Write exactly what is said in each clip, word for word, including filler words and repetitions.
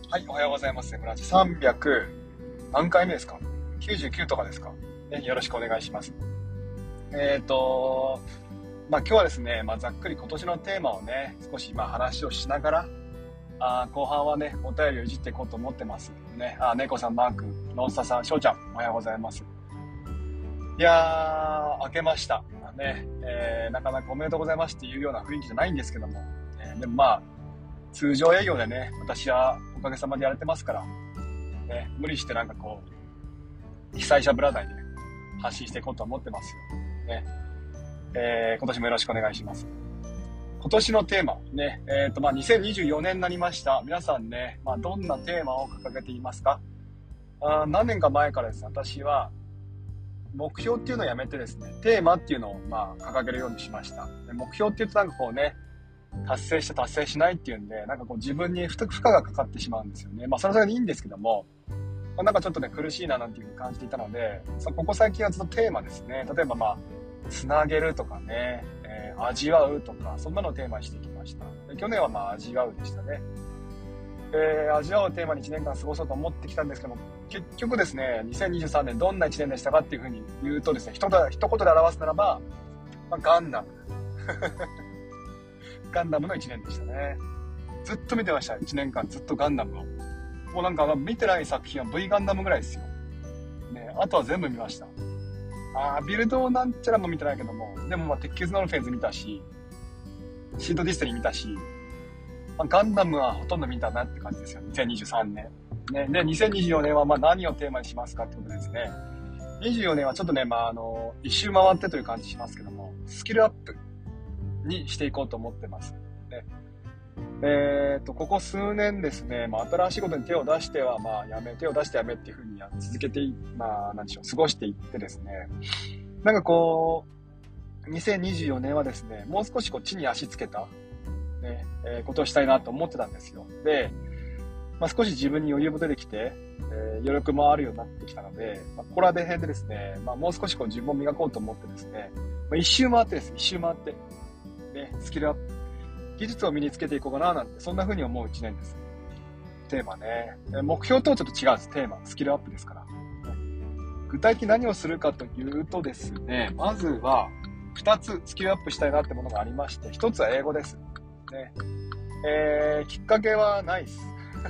はい、おはようございます。村地さんびゃく何回目ですか ?きゅうじゅうきゅう とかですか、ね、よろしくお願いします。えっ、ー、と、まあ今日はですね、まあざっくり今年のテーマをね、少しまあ話をしながら、あ後半はね、お便りをいじっていこうと思ってますね。あ、猫さん、マーク、ノンスタさん、翔ちゃん、おはようございます。いやー、明けました。ね、えー、なかなかおめでとうございますっていうような雰囲気じゃないんですけども、えー、でもまあ、通常営業でね、私はおかげさまでやれてますから、ね、無理してなんかこう、被災者ブラザーにね、発信していこうと思ってますよ。ね。えー、今年もよろしくお願いします。今年のテーマ、ね、えっと、まあ、にせんにじゅうよねんになりました。皆さんね、まあ、どんなテーマを掲げていますか？あ何年か前からですね、私は、目標っていうのをやめてですね、テーマっていうのをまあ掲げるようにしました。目標って言うとなんかこうね、達成して達成しないっていうんで、なんかこう自分に負荷がかかってしまうんですよね。まあそれはそれでいいんですけども、まあ、なんかちょっとね苦しいななんていうふうに感じていたので、ここ最近はずっとテーマですね。例えばまあ、つなげるとかね、えー、味わうとか、そんなのをテーマにしてきました。で去年はまあ味わうでしたね。えー、味わうをテーマにいちねんかん過ごそうと思ってきたんですけども、結局ですね、にせんにじゅうさんねんどんないちねんでしたかっていうふうに言うとですね、一言一言で表すならば、まあ、ガンダム。ガンダムのいちねんでしたね。ずっと見てました。いちねんかんずっとガンダムを。もうなんか見てない作品は V ガンダムぐらいですよ。ね、あとは全部見ました。あー、ビルドなんちゃらも見てないけども、でもまあ鉄血のオルフェンズ見たし、シードディステリー見たし、まあ、ガンダムはほとんど見たなって感じですよ。にせんにじゅうさんねん。ね、で、にせんにじゅうよねんはまあ何をテーマにしますかってことですね。にじゅうよねんはちょっとね、まああの、一周回ってという感じしますけども、スキルアップにしていこうと思ってます。ね、えっと、ここ数年ですね、まあ新しいことに手を出しては、まあやめ、手を出してやめっていうふうに続けて、まあなんでしょう、過ごしていってですね、なんかこう、にせんにじゅうよねんはですね、もう少しこう地に足つけた、ね、えー、ことをしたいなと思ってたんですよ。で、まあ、少し自分に余裕も出てきて、えー、余力もあるようになってきたので、まあ、ここら辺でですね、まあ、もう少しこう自分を磨こうと思ってですね、まあ、一周回ってです、一周回って、ね、スキルアップ、技術を身につけていこうかななんて、そんな風に思う一年です。テーマね。目標とはちょっと違うんです、テーマ。スキルアップですから。具体的に何をするかというとですね、まずは、二つスキルアップしたいなってものがありまして、一つは英語です。ねえー、きっかけはないです。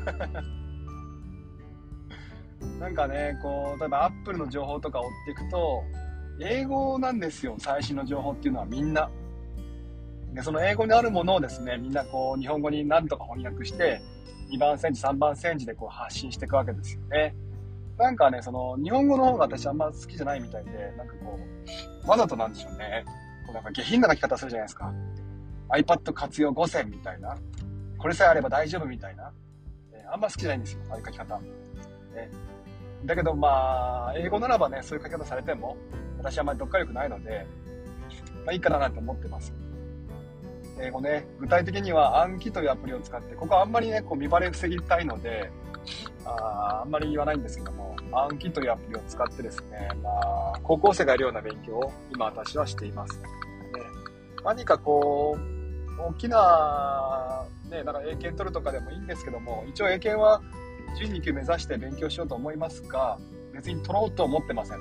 なんかね、こう、例えばアップルの情報とか追っていくと、英語なんですよ、最新の情報っていうのはみんな。で、その英語にあるものをですね、みんなこう、日本語に何とか翻訳して、にばん煎じ、さんばん煎じでこう発信していくわけですよね。なんかね、その、日本語の方が私あんま好きじゃないみたいで、なんかこう、わざとなんでしょうね。こうなんか下品な書き方するじゃないですか。iPad 活用ごせんみたいな。これさえあれば大丈夫みたいな。えー、あんま好きじゃないんですよ、ああいう書き方。ね、だけどまあ、英語ならばね、そういう書き方されても、私はあんまり読解力ないので、まあいいかななんて思ってます。英語ね、具体的には暗記というアプリを使って、ここはあんまりね、こう見バレ防ぎたいので、あ, あんまり言わないんですけども、暗記というアプリを使ってですね、まあ、高校生がやるような勉強を今私はしています。ね、何かこう、大きな、ね、なんか英検取るとかでもいいんですけども、一応英検はじゅうに級目指して勉強しようと思いますが、別に取ろうと思ってません。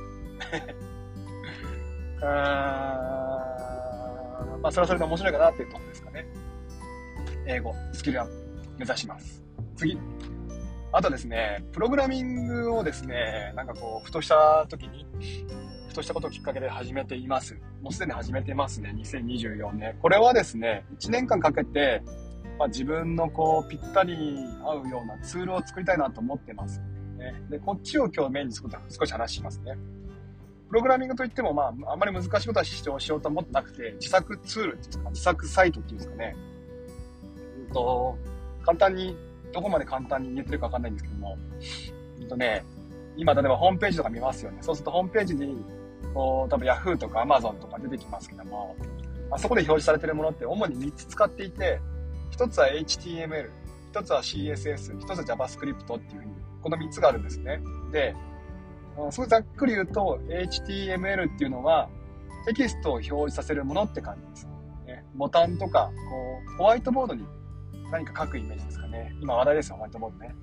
あまあ、それはそれで面白いかなっていうところですかね。英語、スキルアップ、目指します。次。あとですね、プログラミングをですね、なんかこう、ふとした時に、ふとしたことをきっかけで始めています。もうすでに始めてますね、にせんにじゅうよねん。これはですね、いちねんかんかけて、まあ、自分のこう、ぴったり合うようなツールを作りたいなと思ってます。ね、で、こっちを今日メインに少し話しますね。プログラミングといっても、まあ、あんまり難しいことは主張しようと思ってなくて、自作ツールっていうんですか、自作サイトっていうんですかね。うんと、簡単に、どこまで簡単に言えてるかわかんないんですけども、うんとね、今例えばホームページとか見ますよね。そうするとホームページに、こう、多分 Yahoo とか Amazon とか出てきますけども、あそこで表示されているものって主にみっつ使っていて、ひとつは エイチティーエムエル、ひとつは シーエスエス、ひとつは JavaScript っていうふうに、このみっつがあるんですね。で、すごいざっくり言うと エイチティーエムエル っていうのはテキストを表示させるものって感じです、ね、ボタンとかこうホワイトボードに何か書くイメージですかね。今話題ですよ、ホワイトボードね。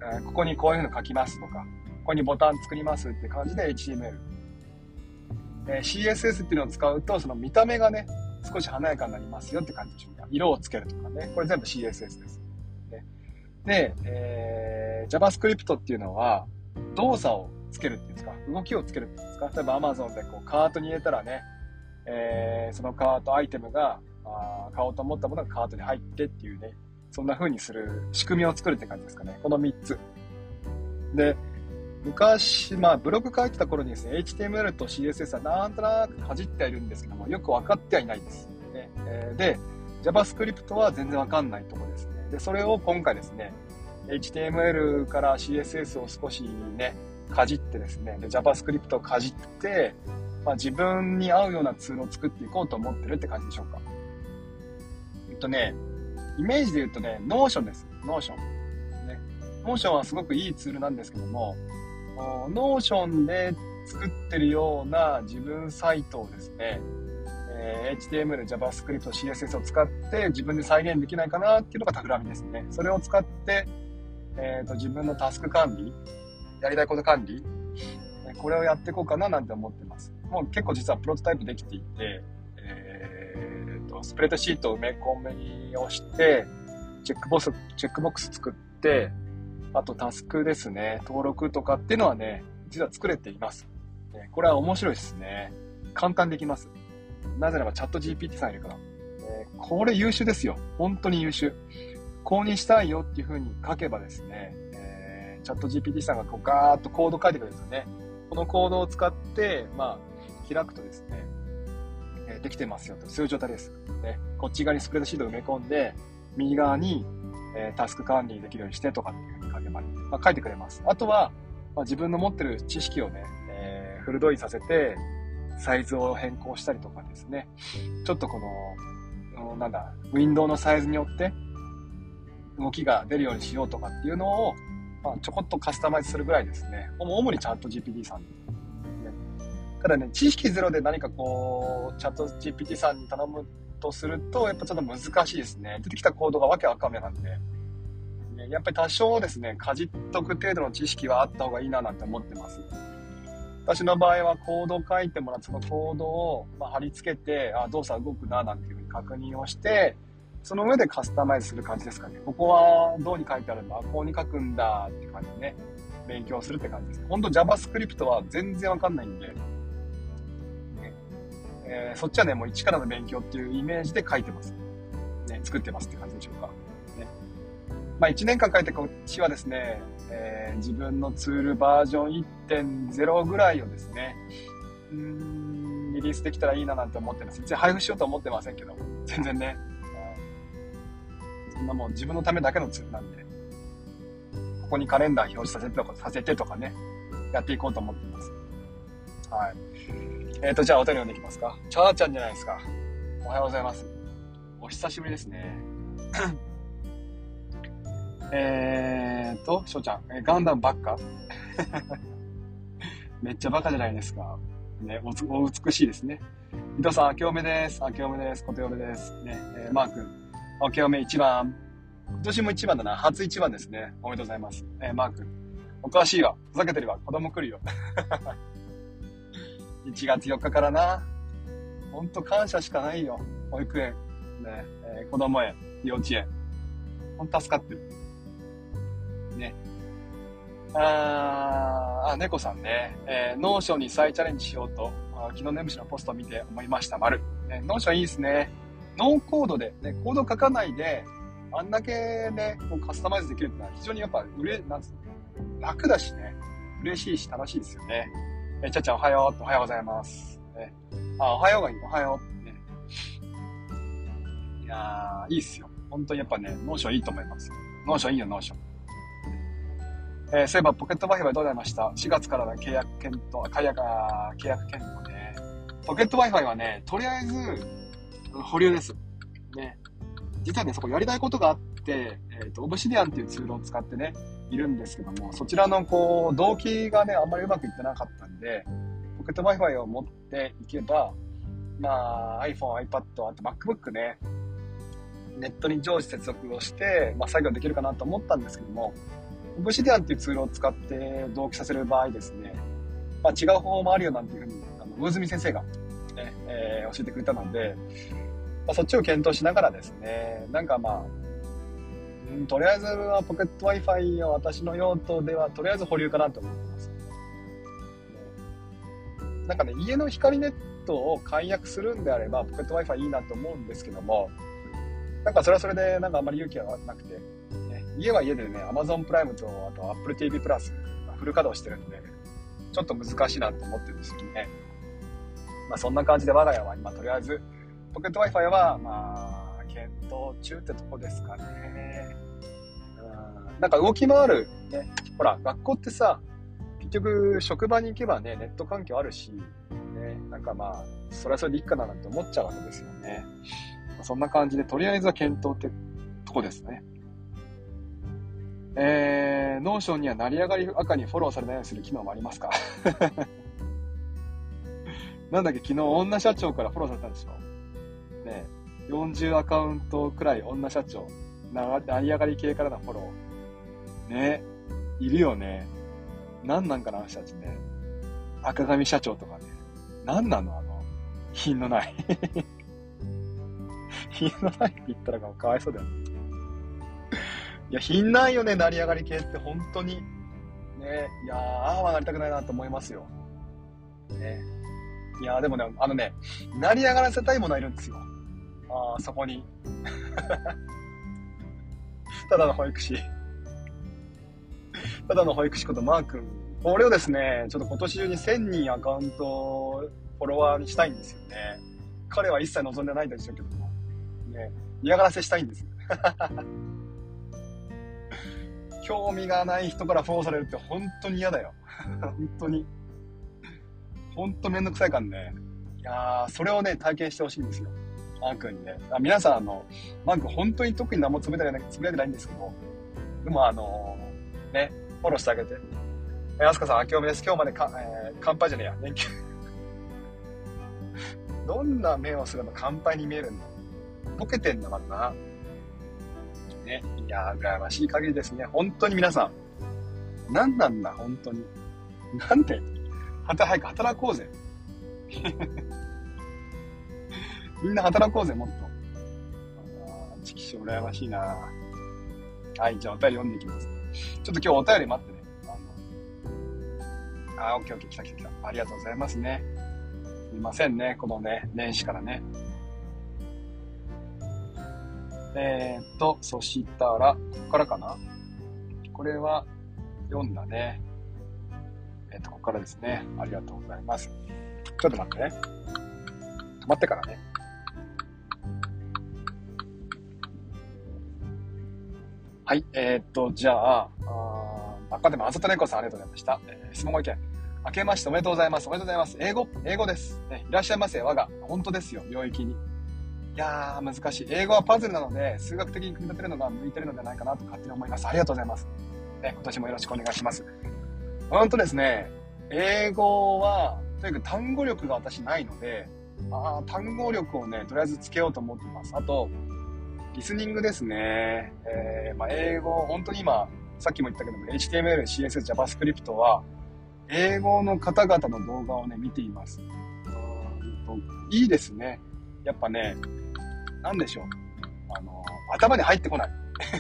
えー、ここにこういうの書きますとか、ここにボタン作りますって感じで エイチティーエムエル。えー、シーエスエス っていうのを使うと、その見た目がね、少し華やかになりますよって感じでしょうか。色をつけるとかね。これ全部 シーエスエス です。ね、で、えー、JavaScript っていうのは、動作をつけるっていうんですか、動きをつけるっていうんですか。例えば Amazon でこうカートに入れたらね、えー、そのカートアイテムが、あ買おうと思ったものがカートに入ってっていうね、そんな風にする仕組みを作るって感じですかね。このみっつ。で、昔、まあ、ブログ書いてた頃にですね、エイチティーエムエル と シーエスエス はなんとなくかじってはいるんですけども、よく分かってはいないです。ねえー、で、JavaScript は全然分かんないところですね。で、それを今回ですね、エイチティーエムエル から シーエスエス を少しね、かじってですね、で JavaScript をかじって、まあ、自分に合うようなツールを作っていこうと思ってるって感じでしょうか。えっとね、イメージで言うとね、Notion です。Notion。ね。Notion はすごくいいツールなんですけども、Notion で作ってるような自分サイトをですね、えー、エイチティーエムエル、JavaScript、シーエスエス を使って自分で再現できないかなっていうのがタフラミですね。それを使って、えーと、自分のタスク管理、やりたいこと管理、これをやっていこうかななんて思ってます。もう結構実はプロトタイプできていて、えーと、スプレッドシートを埋め込みをして、チェックボックス、チェックボックス作って、あとタスクですね、登録とかっていうのはね、実は作れています。これは面白いですね。簡単にできます。なぜならばチャット ジーピーティー さんいるから。えー、これ優秀ですよ。本当に優秀。こうにしたいよっていう風に書けばですね、えー、チャット ジーピーティー さんがこうガーッとコード書いてくれるんですよね。このコードを使って、まあ、開くとですね、えー、できてますよと。そういう状態です。ね、こっち側にスプレッドシートを埋め込んで、右側に、えー、タスク管理できるようにしてとかっていう風に書けば、まあ、書いてくれます。あとは、まあ、自分の持ってる知識をね、えー、フルドイさせて、サイズを変更したりとかですね。ちょっとこの、なんだ、ウィンドウのサイズによって動きが出るようにしようとかっていうのを、まあ、ちょこっとカスタマイズするぐらいですね。主にチャット ジーピーティー さん、ね。ただね、知識ゼロで何かこう、チャット ジーピーティー さんに頼むとすると、やっぱちょっと難しいですね。出てきたコードがわけわかんないなんで。やっぱり多少ですね、かじっとく程度の知識はあった方がいいななんて思ってます。私の場合はコードを書いてもらって、そのコードをまあ貼り付けて、あ、動作動くななんていうふうに確認をして、その上でカスタマイズする感じですかね。ここはどうに書いてあるんだ、こうに書くんだって感じでね、勉強するって感じです。本当 JavaScript は全然わかんないんで、ねえー、そっちはね、もう一からの勉強っていうイメージで書いてます。ね、作ってますって感じでしょうか。ね、まあいちねんかん書いてこっちはですね、えー、自分のツールバージョン いってんゼロ ぐらいをですね、うーん、リリースできたらいいななんて思ってます。別に配布しようとは思ってませんけど、全然ね、そんなもん自分のためだけのツールなんで、ここにカレンダー表示させてとか、させてとかね、やっていこうと思ってます。はい。えーと、じゃあお便り読んでいきますか。チャーちゃんじゃないですか。おはようございます。お久しぶりですね。えーと、しょうちゃん、えガンダムばっかめっちゃバカじゃないですか。ね、お, お美しいですね。伊藤さん、明けおめです。明けおめです。ことよめです。ね、えー、マー君、明けおめいちばん。今年もいちばんだな。初いちばんですね。おめでとうございます。えー、マー君、おかしいわ。ふざけてるわ。子供来るよ。いちがつよっかからな。ほんと感謝しかないよ。保育園、ね、えー、子供園、幼稚園。ほんと助かってる。ね。あー、あ、猫さんね、えー、ノーションに再チャレンジしようと、昨日ネムシのポストを見て思いました。丸。ね、ノーションいいですね。ノーコードで、ね、コード書かないで、あんだけね、こうカスタマイズできるってのは非常にやっぱ、うれ、なんつうの、楽だしね、嬉しいし楽しいですよね。えー、ちゃっちゃんおはよう、おはようございます。ね、あ、おはようがいい、おはよう。ね、いやー、いいっすよ。本当にやっぱね、ノーションいいと思います。ノーションいいよ、ノーション。えー、そういえばポケット Wi-Fi どうなりました？ し 月からの契約検討、契約、契約検討ね。ポケット Wi-Fi はね、とりあえず、保留です。ね。実はね、そこやりたいことがあって、えっと、オブシディアンっていうツールを使ってね、いるんですけども、そちらのこう、動機がね、あんまりうまくいってなかったんで、ポケット Wi-Fi を持っていけば、まあ、iPhone、iPad、あと MacBook ね、ネットに常時接続をして、まあ、作業できるかなと思ったんですけども、 オブシディアンっていうツールを使って同期させる場合ですね、まあ、違う方法もあるよなんていうふうに、あの魚住先生が、ねえー、教えてくれたので、まあ、そっちを検討しながらですね、なんかまあ、うん、とりあえずはポケット Wi-Fi は私の用途ではとりあえず保留かなと思ってます。ね、なんかね、家の光ネットを解約するんであればポケット Wi-Fi いいなと思うんですけども、なんかそれはそれでなんかあんまり勇気がなくて、ね、家は家でね、Amazon プライムとあと Apple ティーブイ プラスフル稼働してるんで、ちょっと難しいなと思ってるんですよね。まあそんな感じで我が家は今とりあえずポケット Wi-Fi はまあ検討中ってとこですかね。うん、なんか動き回るね、ほら学校ってさ、結局職場に行けばねネット環境あるし、ね、なんかまあそれはそれでいいかななんて思っちゃうわけですよね。そんな感じでとりあえずは検討ってとこですね。えー、ノーションには成り上がり赤にフォローされないようにする機能もありますか？なんだっけ、昨日女社長からフォローされたんでしょね。よんじゅうアカウントくらい女社長、成り上がり系からのフォローね、いるよね。なんなんかな、あの人たちね。赤髪社長とかね。なんなの、あの品のない品のないって言ったらかわいそうだよね。いや、品ないよね、成り上がり系って本当に。ね、いやー、ああはなりたくないなと思いますよ。ね。いやー、でもね、あのね、成り上がらせたいものはいるんですよ。ああ、そこに。ただの保育士。ただの保育士ことマー君。これをですね、ちょっと今年中にせんにんアカウントフォロワーにしたいんですよね。彼は一切望んでないんでしょうけども。ね、嫌がらせしたいんです。興味がない人からフォローされるって本当に嫌だよ。本当に。本当めんどくさいからね。いやー、それをね、体験してほしいんですよ。マー君にね。あ、皆さん、あの、マー君本当に特に何もつぶやいてない、つぶやいてないんですけど、でもあのー、ね、フォローしてあげて。え、あすかさん、明けおめです。今日までか、えー、乾杯じゃねえや。年休。どんな目をすれば乾杯に見えるんだ。ボケてんだまだな。ね、いやー、羨ましい限りですね。本当に皆さん。何なんだ、本当に。なんで早く働こうぜ。みんな働こうぜ、もっと。あー、チキショー羨ましいな。はい、じゃあお便り読んでいきます。ちょっと今日お便り待ってね。あの、あー、オッケーオッケー、来た来た来た。ありがとうございますね。すいませんね、このね、年始からね。えーっと、そしたら、ここからかな。これは読んだね。えーっと、ここからですね。ありがとうございます。ちょっと待ってね。止まってからね。はい、えーっと、じゃあ、あー、でもあざとねこさんありがとうございました。えー、質問ご意見。明けましておめでとうございます。おめでとうございます。英語英語です。ね、いらっしゃいませ、我が。本当ですよ、領域に。いやー、難しい。英語はパズルなので、数学的に組み立てるのが向いてるのではないかなと勝手に思います。ありがとうございます。ね、今年もよろしくお願いします。ほんとですね、英語は、とにかく単語力が私ないので、あ単語力をね、とりあえずつけようと思っています。あと、リスニングですね。えー、まあ、英語、本当に今、さっきも言ったけども、エイチティーエムエル、シーエスエス、JavaScript は、英語の方々の動画をね、見ています。うんと、いいですね。やっぱね、なんでしょう。あの、頭に入ってこない。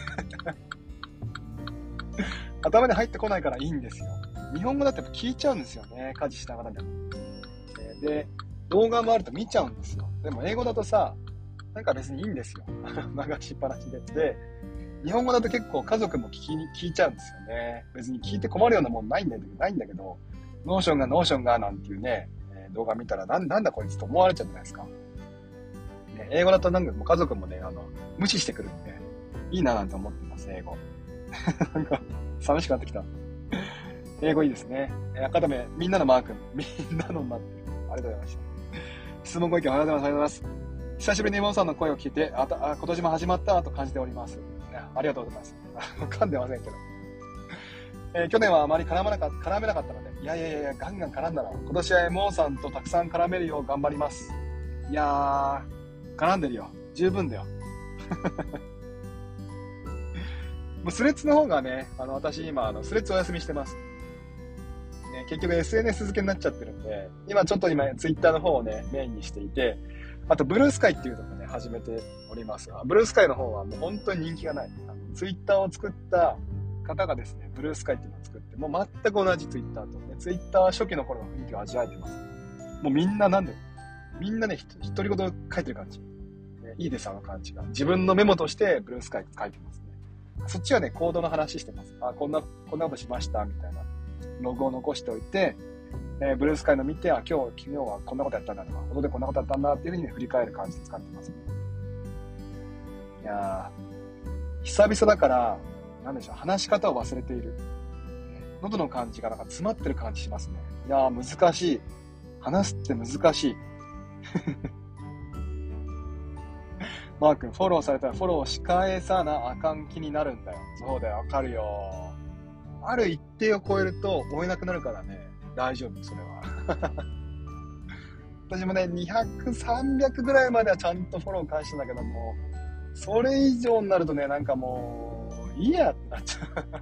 頭に入ってこないからいいんですよ。日本語だってやっぱ聞いちゃうんですよね。家事しながらでも。で、動画もあると見ちゃうんですよ。でも英語だとさ、なんか別にいいんですよ。流しっぱなしで。で、日本語だと結構家族も聞きに、聞いちゃうんですよね。別に聞いて困るようなもんないんだけど、ないんだけど、ノーションがノーションがなんていうね、えー動画見たらなんなんだこいつと思われちゃうじゃないですか。ね、英語だとなんかもう家族もね、あの、無視してくるんで、いいななんて思ってます、英語。なんか、寂しくなってきた。英語いいですね。えー、赤目、みんなのマーク、みんなのマーク。ありがとうございました。質問ご意見ありがとうございます。久しぶりに妹さんの声を聞いて、あたあ今年も始まったと感じております。ありがとうございます。噛んでませんけど。えー、去年はあまり絡まなか絡めなかったので、いやいやいや、ガンガン絡んだら、今年はモーさんとたくさん絡めるよう頑張ります。いやー、絡んでるよ。十分だよ。 もうスレッズの方がね、あの、私今、あの、スレッズお休みしてます。ね、結局 エスエヌエス 付けになっちゃってるんで、今ちょっと今、ツイッターの方をね、メインにしていて、あと、ブルースカイっていうのもね、始めておりますが、ブルースカイの方はもう本当に人気がない。あのツイッターを作った方がですね、ブルースカイっていうのを作って、もう全く同じツイッターと、ね、ツイッターは初期の頃の雰囲気を味わえてます。もうみんななんで、みんなね、独り言書いてる感じ。ね、いいです、あの感じが。自分のメモとしてブルースカイ書いてますね。そっちはね、コードの話してます。あ、こんな、こんなことしました、みたいなログを残しておいて、えー、ブルースカイの見て、あ、今日、昨日はこんなことやったんだとか、ことでこんなことやったんだっていうふうに、ね、振り返る感じで使ってますね。いやー、久々だから、なんでしょう、話し方を忘れている。喉の感じがなんか詰まってる感じしますね。いやー、難しい。話すって難しい。マー君、フォローされたらフォローし返さなあかん気になるんだよ。そうだよ、わかるよ。ある一定を超えると追えなくなるからね。大丈夫、それは。私もね、にひゃく、さんびゃくぐらいまではちゃんとフォロー返したんだけども、それ以上になるとね、なんかもう、いいやってなっちゃう。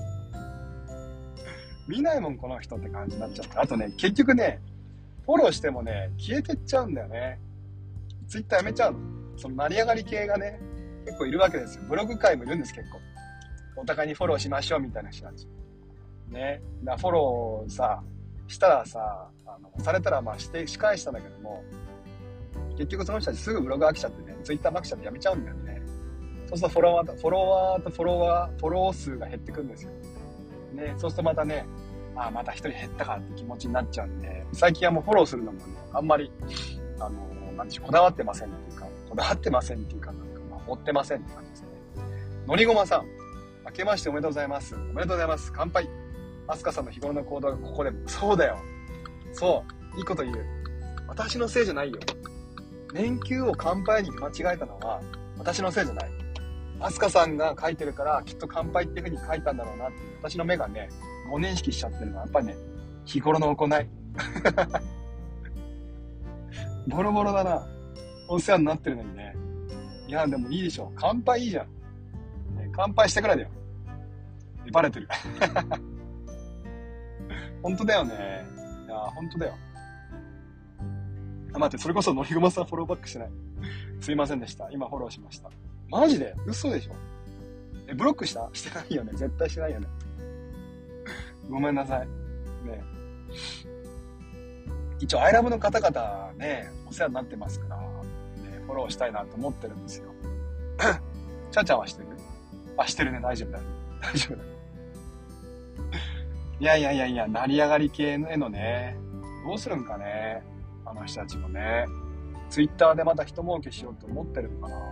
見ないもん、この人って感じになっちゃって。あとね、結局ね、フォローしてもね、消えてっちゃうんだよね。ツイッターやめちゃうの。その成り上がり系がね、結構いるわけですよ。ブログ界もいるんです、結構。お互いにフォローしましょうみたいな人たち。ね。だフォローさ、したらさ、あの、されたらまあして、仕返したんだけども、結局その人たちすぐブログ飽きちゃってね、ツイッター飽きちゃってやめちゃうんだよね。そうするとフォロワーと、フォロワーとフォロワー、フォロー数が減ってくんですよ。ね。そうするとまたね、ああ、また一人減ったかって気持ちになっちゃうんで、最近はもうフォローするのもね、あんまり、あの、なんでしょう、こだわってませんっていうか、こだわってませんっていうか、なんか、まあ、追ってませんって感じですね。のりごまさん、明けましておめでとうございます。おめでとうございます。乾杯。アスカさんの日頃の行動がここでも。そうだよ。そう。いいこと言う。私のせいじゃないよ。年休を乾杯に間違えたのは、私のせいじゃない。アスカさんが書いてるから、きっと乾杯っていう風に書いたんだろうなっていう、私の目がね、ご認識しちゃってるのは、やっぱりね、日頃の行い。ボロボロだな。お世話になってるのにね。いや、でもいいでしょ。乾杯いいじゃん。ね、乾杯してくらいだよ。バレてる。本当だよね。いや、本当だよ。あ、待って、それこそのりごまさんフォローバックしてない。すいませんでした。今フォローしました。マジで？嘘でしょ？え、ブロックした？してないよね。絶対してないよね。ごめんなさい。ね。一応、アイラブの方々ね、お世話になってますから、ね、フォローしたいなと思ってるんですよ。ちゃんちゃんはしてる？あ、してるね。大丈夫だ。大丈夫だ。いやいやいやいや、成り上がり系へのね、どうするんかね。あの人たちもね。ツイッターでまた人儲けしようと思ってるのかな。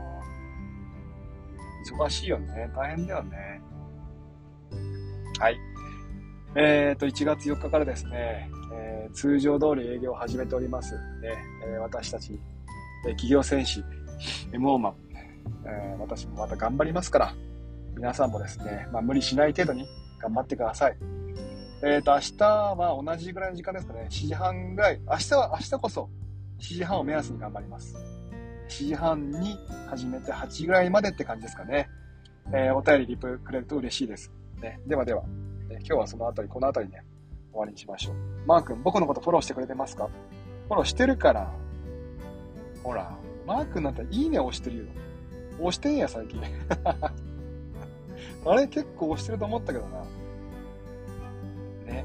忙しいよね。大変だよね。はい。えっと、いちがつよっかからですね、えー、通常通り営業を始めておりますね。えー、私たち、えー、企業戦士、エムオーマン、えー、私もまた頑張りますから、皆さんもですね、まあ無理しない程度に頑張ってください。えっと、明日は同じぐらいの時間ですかね、しちじはんぐらい、明日は、明日こそ、しちじはんを目安に頑張ります。しちじはんに始めてはちじぐらいまでって感じですかね。えー、お便りリプくれると嬉しいです。ね、ではでは、えー、今日はそのあたり、このあたりね、終わりにしましょう。マー君、僕のことフォローしてくれてますか？フォローしてるから。ほら、マー君なんていいね押してるよ。押してんや、最近。あれ結構押してると思ったけどな。ね。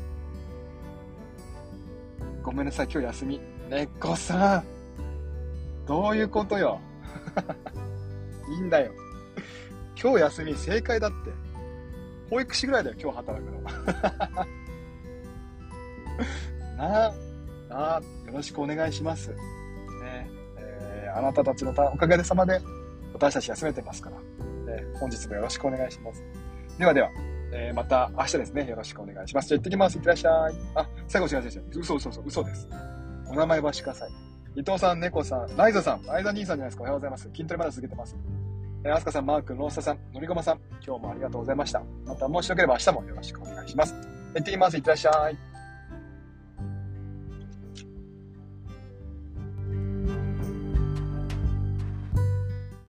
ごめんなさい、今日休み。ねっこさん。どういうことよ。いいんだよ。今日休み正解だって。保育士ぐらいだよ、今日働くの。なあ、なあ、よろしくお願いします。ねえー、あなたたちのおかげでさまで私たち休めてますから、ね、本日もよろしくお願いします。ではでは、えー、また明日ですね、よろしくお願いします。じゃあ行ってきます。いってらっしゃい。あ、最後違う違う違う。嘘嘘嘘嘘です。お名前ばしてください。伊藤さん、猫さん、ライザさん、ライザ兄さんじゃないですか。おはようございます。筋トレまだ続けてます。えー、アスカさん、マー君、ロースタさん、のりごまさん、今日もありがとうございました。またもしよければ明日もよろしくお願いします。行ってきます。いってらっしゃい。